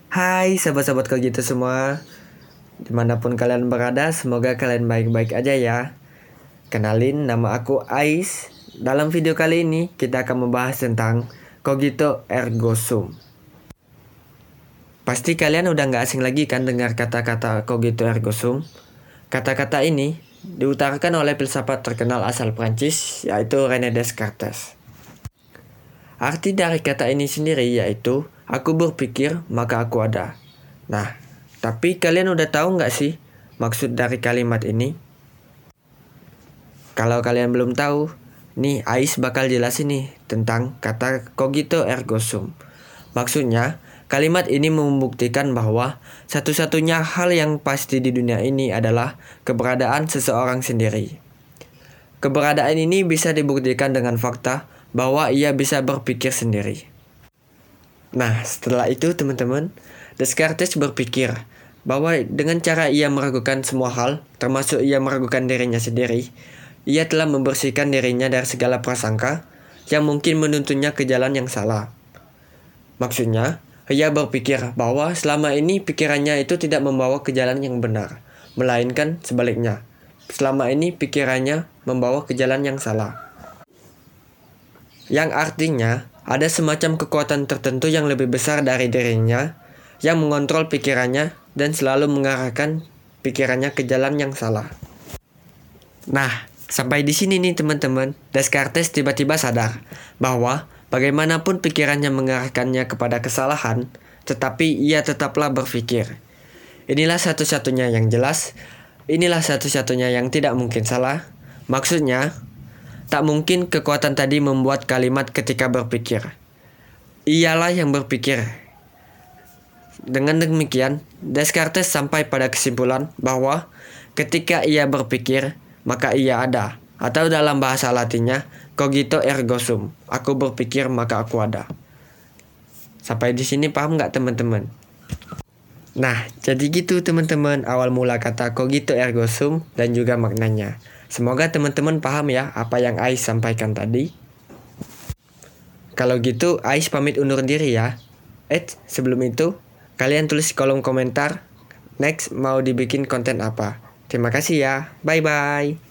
Hai sahabat-sahabat Kogito semua, dimanapun kalian berada, semoga kalian baik-baik aja ya. Kenalin, nama aku Ais. Dalam video kali ini, kita akan membahas tentang Cogito ergo sum. Pasti kalian udah gak asing lagi kan dengar kata-kata Cogito ergo sum. Kata-kata ini diutarakan oleh filsafat terkenal asal Prancis, yaitu René Descartes. Arti dari kata ini sendiri yaitu, aku berpikir maka aku ada. Nah, tapi kalian udah tahu nggak sih maksud dari kalimat ini? Kalau kalian belum tahu, nih Ais bakal jelasin nih tentang kata cogito ergo sum. Maksudnya, kalimat ini membuktikan bahwa satu-satunya hal yang pasti di dunia ini adalah keberadaan seseorang sendiri. Keberadaan ini bisa dibuktikan dengan fakta bahwa ia bisa berpikir sendiri. Nah, setelah itu teman-teman, Descartes berpikir bahwa dengan cara ia meragukan semua hal, termasuk ia meragukan dirinya sendiri, ia telah membersihkan dirinya dari segala prasangka yang mungkin menuntunnya ke jalan yang salah. Maksudnya, ia berpikir bahwa selama ini pikirannya itu tidak membawa ke jalan yang benar, melainkan sebaliknya. Selama ini pikirannya membawa ke jalan yang salah. Yang artinya, ada semacam kekuatan tertentu yang lebih besar dari dirinya, yang mengontrol pikirannya dan selalu mengarahkan pikirannya ke jalan yang salah. Nah, sampai di sini nih teman-teman, Descartes tiba-tiba sadar bahwa bagaimanapun pikirannya mengarahkannya kepada kesalahan, tetapi ia tetaplah berpikir. Inilah satu-satunya yang jelas, inilah satu-satunya yang tidak mungkin salah. Maksudnya, tak mungkin kekuatan tadi membuat kalimat ketika berpikir. Ialah yang berpikir. Dengan demikian, Descartes sampai pada kesimpulan bahwa ketika ia berpikir, maka ia ada. Atau dalam bahasa Latinnya, cogito ergo sum. Aku berpikir maka aku ada. Sampai di sini paham nggak teman-teman? Nah, jadi gitu teman-teman awal mula kata cogito ergo sum dan juga maknanya. Semoga teman-teman paham ya apa yang Ais sampaikan tadi. Kalau gitu Ais pamit undur diri ya. Sebelum itu kalian tulis di kolom komentar next mau dibikin konten apa. Terima kasih ya. Bye bye.